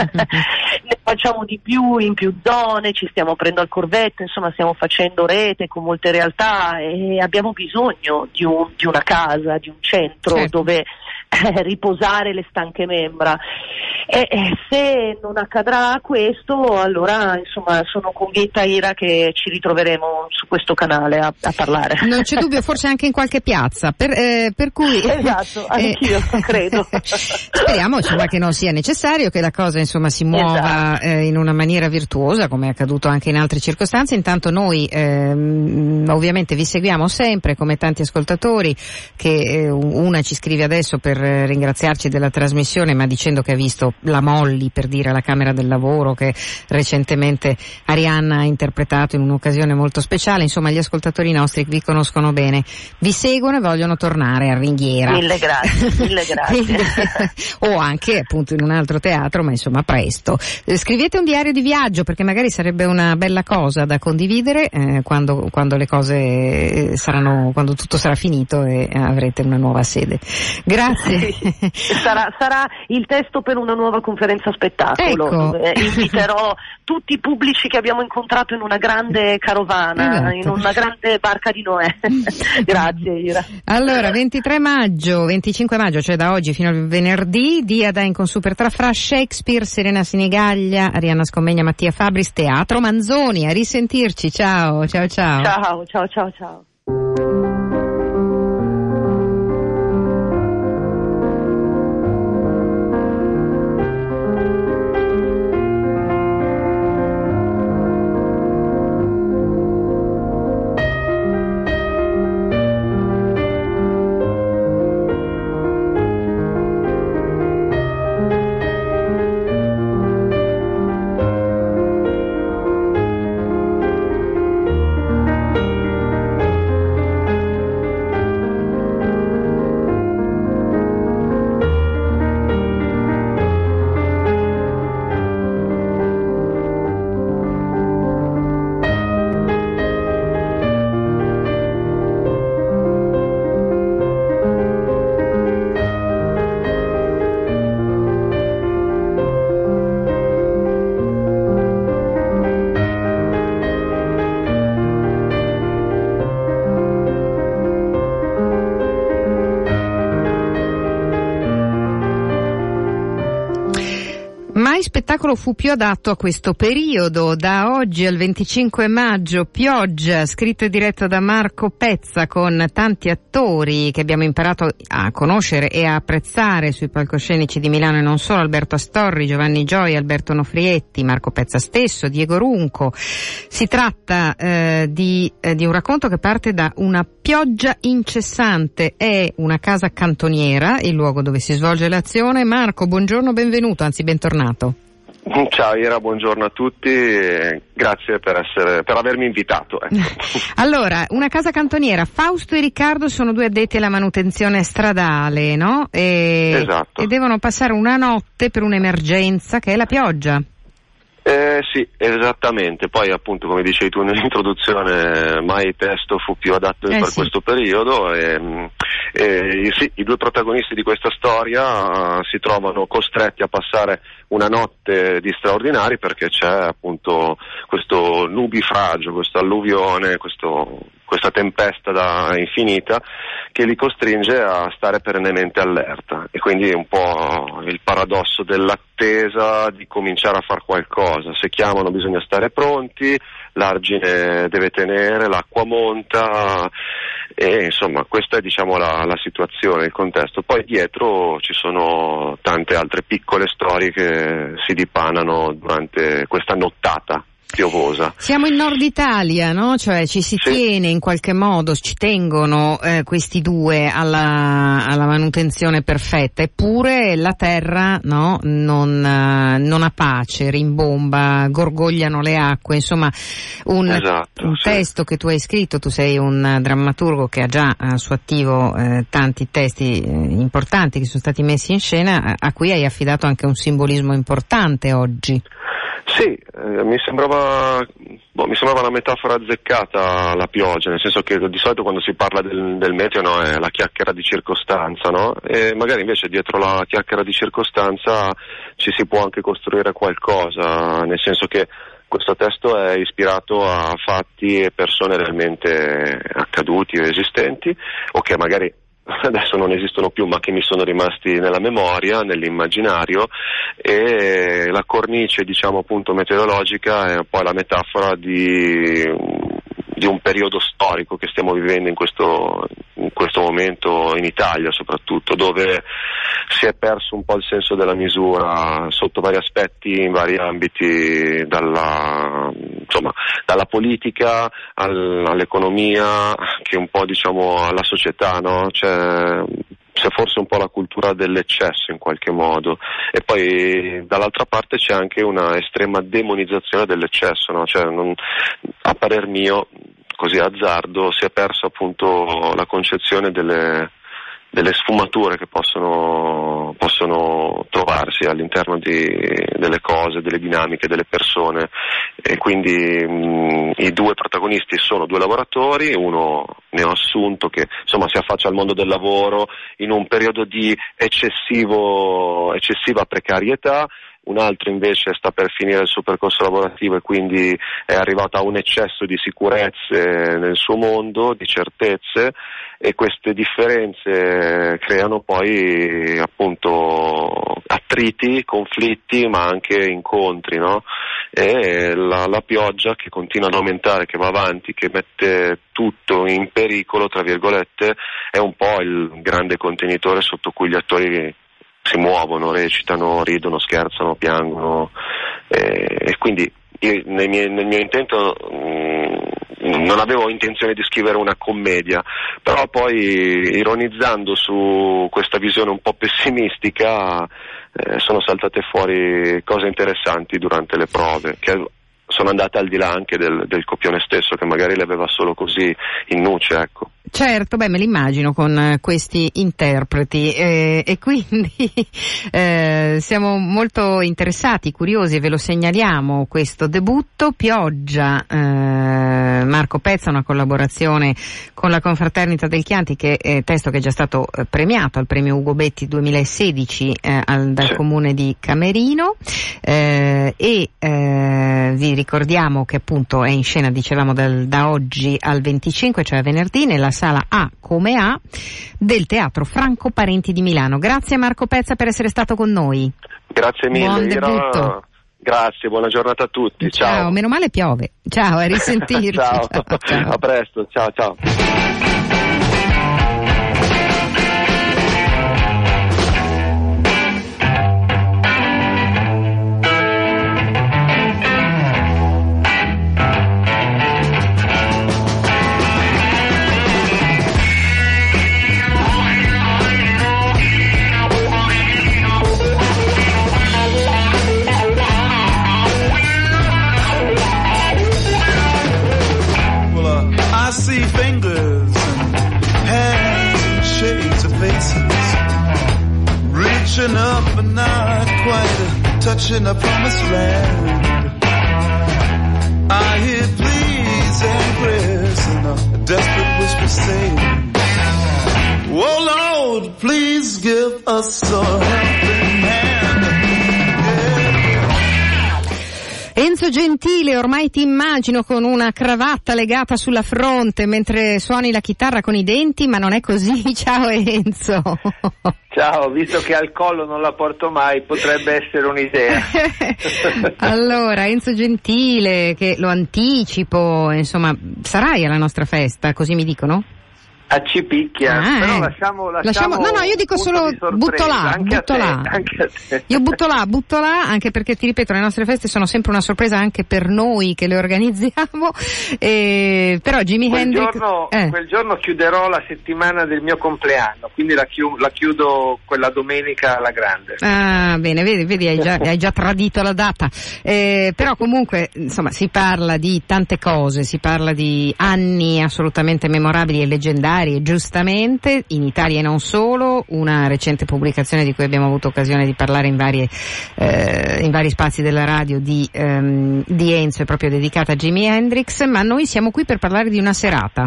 Ne facciamo di più in più zone, ci stiamo aprendo al corvetto, insomma stiamo facendo rete con molte realtà, e abbiamo bisogno di, un, di una casa, di un centro certo. dove eh, riposare le stanche membra. E, e se non accadrà questo, allora insomma sono convinta, Ira, che ci ritroveremo su questo canale a, a parlare. Non c'è dubbio, forse anche in qualche piazza, per, eh, per cui esatto, anch'io eh, credo. Speriamo insomma che non sia necessario, che la cosa insomma si muova esatto. eh, in una maniera virtuosa, come è accaduto anche in altre circostanze. Intanto noi ehm, ovviamente vi seguiamo sempre, come tanti ascoltatori, che eh, una ci scrive adesso per ringraziarci della trasmissione, ma dicendo che ha visto la Molly, per dire, alla Camera del Lavoro, che recentemente Arianna ha interpretato in un'occasione molto speciale. Insomma, gli ascoltatori nostri vi conoscono bene, vi seguono e vogliono tornare a Ringhiera. Mille grazie, mille grazie. O anche appunto in un altro teatro, ma insomma presto. Scrivete un diario di viaggio, perché magari sarebbe una bella cosa da condividere eh, quando, quando le cose saranno, quando tutto sarà finito e avrete una nuova sede. Grazie. sarà, sarà il testo per una nuova conferenza spettacolo, ecco. dove inviterò tutti i pubblici che abbiamo incontrato in una grande carovana, esatto. in una grande barca di Noè. Grazie, Ira. Allora, ventitré maggio, venticinque maggio, cioè da oggi fino al venerdì, Diada con Super Trafra, Shakespeare, Serena Sinigaglia, Arianna Scommegna, Mattia Fabris, Teatro Manzoni. A risentirci, ciao, ciao, ciao. Ciao, ciao, ciao, ciao. quale spettacolo fu più adatto a questo periodo? Da oggi al venticinque maggio, Pioggia, scritto e diretto da Marco Pezza, con tanti attori che abbiamo imparato a conoscere e a apprezzare sui palcoscenici di Milano e non solo: Alberto Astorri, Giovanni Gioia, Alberto Nofrietti, Marco Pezza stesso, Diego Runco. Si tratta eh, di, eh, di un racconto che parte da una pioggia incessante. È una casa cantoniera il luogo dove si svolge l'azione. Marco, buongiorno, benvenuto, anzi bentornato. Ciao Ira, buongiorno a tutti e grazie per essere, per avermi invitato. Ecco. Allora, una casa cantoniera, Fausto e Riccardo sono due addetti alla manutenzione stradale, no? E, esatto. E devono passare una notte per un'emergenza che è la pioggia. Eh, sì, esattamente. Poi appunto, come dicevi tu nell'introduzione, mai il testo fu più adatto eh per sì. questo periodo e, e sì, i due protagonisti di questa storia uh, si trovano costretti a passare una notte di straordinari perché c'è appunto questo nubifragio, questa alluvione, questo, questa tempesta da infinita che li costringe a stare perennemente allerta, e quindi è un po' il paradosso dell'attesa di cominciare a fare qualcosa. Se chiamano bisogna stare pronti, l'argine deve tenere, l'acqua monta e insomma questa è diciamo la, la situazione, il contesto. Poi dietro ci sono tante altre piccole storie che si dipanano durante questa nottata piovosa. Siamo in Nord Italia, no? Cioè ci si sì. tiene in qualche modo, ci tengono eh, questi due alla, alla manutenzione perfetta, eppure la terra, no? Non, uh, non ha pace, rimbomba, gorgogliano le acque, insomma un, esatto, un sì. testo che tu hai scritto. Tu sei un drammaturgo che ha già a suo attivo eh, tanti testi eh, importanti che sono stati messi in scena, a, a cui hai affidato anche un simbolismo importante oggi. Sì, eh, mi sembrava boh, mi sembrava una metafora azzeccata la pioggia, nel senso che di solito quando si parla del, del meteo, no, è la chiacchiera di circostanza, no? E magari invece dietro la chiacchiera di circostanza ci si può anche costruire qualcosa, nel senso che questo testo è ispirato a fatti e persone realmente accaduti o esistenti, o che magari adesso non esistono più ma che mi sono rimasti nella memoria, nell'immaginario, e la cornice diciamo appunto meteorologica è poi la metafora di, di un periodo storico che stiamo vivendo in questo, in questo momento in Italia soprattutto, dove si è perso un po' il senso della misura sotto vari aspetti, in vari ambiti, dalla, insomma, dalla politica al, all'economia, che un po' diciamo alla società, no? C'è, c'è forse un po' la cultura dell'eccesso in qualche modo, e poi dall'altra parte c'è anche una estrema demonizzazione dell'eccesso, no? Cioè, non, a parer mio, così a azzardo, si è perso appunto la concezione delle delle sfumature che possono, possono trovarsi all'interno di, delle cose, delle dinamiche, delle persone, e quindi mh, i due protagonisti sono due lavoratori, uno neoassunto che insomma si affaccia al mondo del lavoro in un periodo di eccessivo, eccessiva precarietà, un altro invece sta per finire il suo percorso lavorativo e quindi è arrivato a un eccesso di sicurezze nel suo mondo, di certezze, e queste differenze creano poi appunto attriti, conflitti, ma anche incontri, no? E la, la pioggia che continua ad aumentare, che va avanti, che mette tutto in pericolo, tra virgolette, è un po' il grande contenitore sotto cui gli attori si muovono, recitano, ridono, scherzano, piangono, e, e quindi io, nel, mio, nel mio intento mh, non avevo intenzione di scrivere una commedia, però poi ironizzando su questa visione un po' pessimistica eh, sono saltate fuori cose interessanti durante le prove, che sono andate al di là anche del, del copione stesso, che magari le aveva solo così in nuce, ecco. Certo, beh, me l'immagino con eh, questi interpreti eh, e quindi eh, siamo molto interessati, curiosi, e ve lo segnaliamo questo debutto, Pioggia, eh, Marco Pezza, una collaborazione con la Confraternita del Chianti, che è testo che è già stato eh, premiato al premio Ugo Betti duemilasedici eh, al, dal comune di Camerino, eh, e eh, vi ricordiamo che appunto è in scena, dicevamo, dal, da oggi al venticinque, cioè venerdì, nella sala A come A del Teatro Franco Parenti di Milano. Grazie Marco Pezza per essere stato con noi. Grazie mille. Buon debutto. Ira... Grazie, buona giornata a tutti. Ciao. Ciao, meno male piove. Ciao, a risentirci. ciao. ciao, ciao. A presto, ciao ciao. I see fingers and hands and shades of faces reaching up but not quite touching a promised land. I hear pleas and prayers and a desperate whisper saying, oh Lord, please give us a helping hand. Enzo Gentile, ormai ti immagino con una cravatta legata sulla fronte mentre suoni la chitarra con i denti, ma non è così. Ciao Enzo. Ciao, visto che al collo non la porto mai, potrebbe essere un'idea. Allora, Enzo Gentile, che lo anticipo, insomma, sarai alla nostra festa, così mi dicono? A Cipicchia, ah, però eh. lasciamo, lasciamo, lasciamo no no io dico solo butto là anche butto a te, là anche a te. io butto là butto là anche perché ti ripeto le nostre feste sono sempre una sorpresa anche per noi che le organizziamo, e però Jimi quel Hendrix giorno, eh. quel giorno chiuderò la settimana del mio compleanno, quindi la, chiu- la chiudo quella domenica alla grande. Ah, bene, vedi, vedi hai, già, hai già tradito la data, eh, però comunque insomma si parla di tante cose, si parla di anni assolutamente memorabili e leggendari, e giustamente in Italia e non solo. Una recente pubblicazione di cui abbiamo avuto occasione di parlare in varie eh, in vari spazi della radio di, ehm, di Enzo è proprio dedicata a Jimi Hendrix, ma noi siamo qui per parlare di una serata.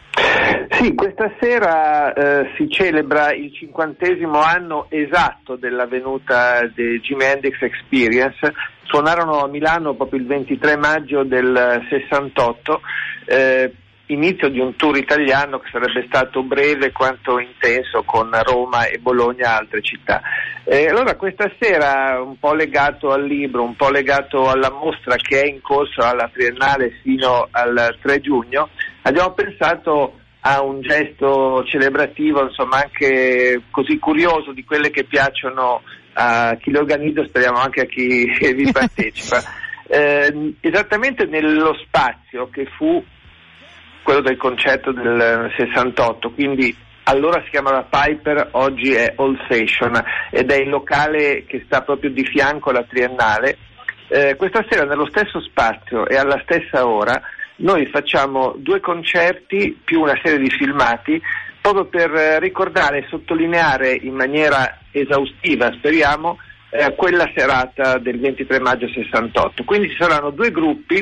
Sì, questa sera eh, si celebra il cinquantesimo anno esatto della venuta di Jimi Hendrix Experience. Suonarono a Milano proprio il ventitré maggio del sessantotto, eh, inizio di un tour italiano che sarebbe stato breve quanto intenso, con Roma e Bologna e altre città. E allora questa sera, un po' legato al libro, un po' legato alla mostra che è in corso alla Triennale fino al tre giugno, abbiamo pensato a un gesto celebrativo, insomma anche così curioso, di quelle che piacciono a chi lo organizza, speriamo anche a chi vi partecipa. Eh, esattamente nello spazio che fu quello del concerto del sessantotto, quindi allora si chiamava Piper, oggi è Old Fashion, ed è il locale che sta proprio di fianco alla Triennale. Eh, questa sera nello stesso spazio e alla stessa ora noi facciamo due concerti più una serie di filmati, proprio per ricordare e sottolineare in maniera esaustiva, speriamo, eh, quella serata del ventitré maggio sessantotto. Quindi ci saranno due gruppi.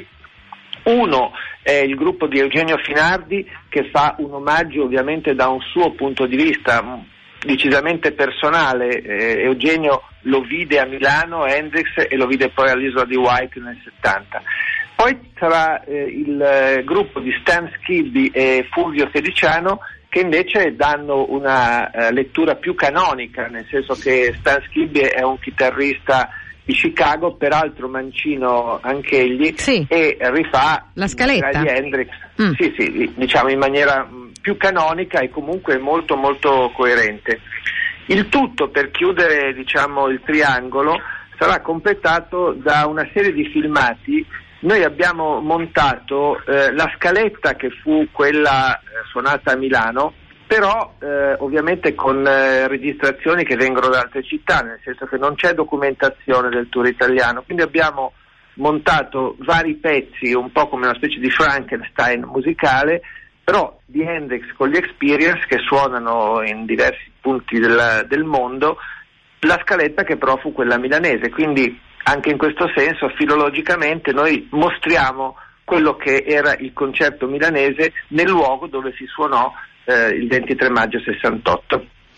Uno è il gruppo di Eugenio Finardi, che fa un omaggio ovviamente da un suo punto di vista decisamente personale. Eh, Eugenio lo vide a Milano, Hendrix, e lo vide poi all'Isola di Wight nel settanta. Poi sarà eh, il eh, gruppo di Stan Skibby e Fulvio Feliciano, che invece danno una eh, lettura più canonica, nel senso che Stan Skibby è un chitarrista di Chicago, peraltro mancino anch'egli, sì, e rifà la scaletta di Hendrix, mm. sì sì, diciamo in maniera più canonica e comunque molto molto coerente. Il tutto, per chiudere diciamo il triangolo, sarà completato da una serie di filmati. Noi abbiamo montato eh, la scaletta che fu quella eh, suonata a Milano, però eh, ovviamente con eh, registrazioni che vengono da altre città, nel senso che non c'è documentazione del tour italiano, quindi abbiamo montato vari pezzi, un po' come una specie di Frankenstein musicale, però di Hendrix con gli Experience, che suonano in diversi punti del, del mondo, la scaletta che però fu quella milanese, quindi anche in questo senso filologicamente noi mostriamo quello che era il concerto milanese nel luogo dove si suonò Eh, il ventitré maggio sessantotto.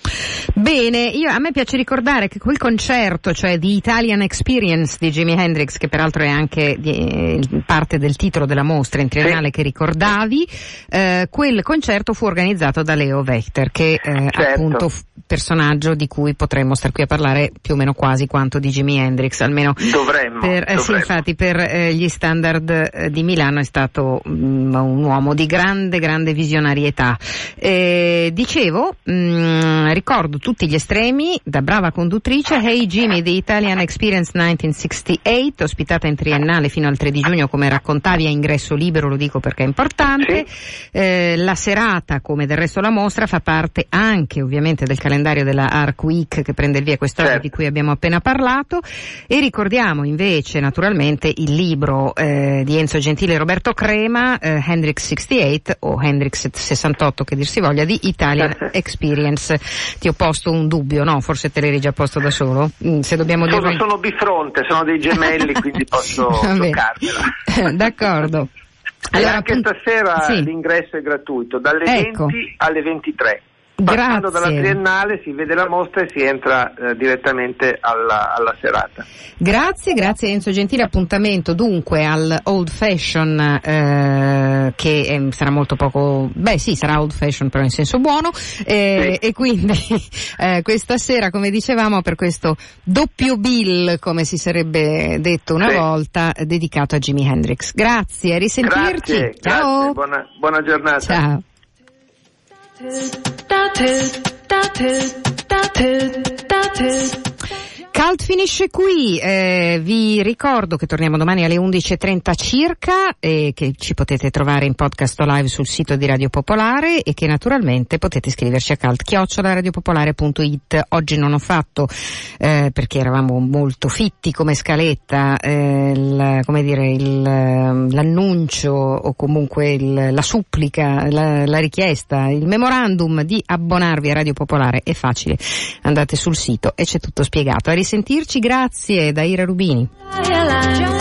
Bene, io, a me piace ricordare che quel concerto, cioè The Italian Experience di Jimi Hendrix, che peraltro è anche di, eh, parte del titolo della mostra in triennale sì. che ricordavi, eh, quel concerto fu organizzato da Leo Wächter, che eh, certo. appunto f- personaggio di cui potremmo star qui a parlare più o meno quasi quanto di Jimi Hendrix, almeno dovremmo, per, eh, dovremmo. Sì, infatti per eh, gli standard eh, di Milano è stato mh, un uomo di grande grande visionarietà. Eh, dicevo, mh, ricordo tutti gli estremi, da brava conduttrice, Hey Jimmy, The Italian Experience millenovecentosessantotto, ospitata in triennale fino al tre di giugno, come raccontavi, a ingresso libero, lo dico perché è importante. Sì. Eh, la serata, come del resto la mostra, fa parte anche ovviamente del calendario della Arc Week, che prende il via quest'oggi, certo. di cui abbiamo appena parlato, e ricordiamo invece naturalmente il libro eh, di Enzo Gentili e Roberto Crema, eh, Hendrix sessantotto o Hendrix sessantotto che dir si voglia, di Italian Experience. Ti ho posto un dubbio, no? Forse te l'eri già posto da solo? Se dobbiamo sono, dire... sono bifronte, sono dei gemelli, quindi posso giocarmela. D'accordo. Allora, anche appunto, stasera sì. l'ingresso è gratuito, dalle ecco. venti alle ventitré. Passando dalla triennale si vede la mostra e si entra eh, direttamente alla, alla serata. Grazie, grazie Enzo Gentile. Appuntamento dunque al Old Fashion, eh, che eh, sarà molto poco, beh sì, sarà Old Fashion però in senso buono, eh, sì. e quindi eh, questa sera, come dicevamo, per questo doppio bill, come si sarebbe detto una sì. volta, dedicato a Jimi Hendrix. Grazie, a risentirci. Grazie, ciao. Grazie, buona, buona giornata. Ciao. Cult finisce qui, eh, vi ricordo che torniamo domani alle undici e trenta circa e che ci potete trovare in podcast o live sul sito di Radio Popolare e che naturalmente potete iscriverci a cult chiocciola radiopopolare punto it. Oggi non ho fatto, eh, perché eravamo molto fitti come scaletta, eh, il, come dire, il, l'annuncio o comunque il, la supplica, la, la richiesta, il memorandum di abbonarvi a Radio Popolare. È facile, andate sul sito e c'è tutto spiegato. A risentirci, grazie da Ira Rubini.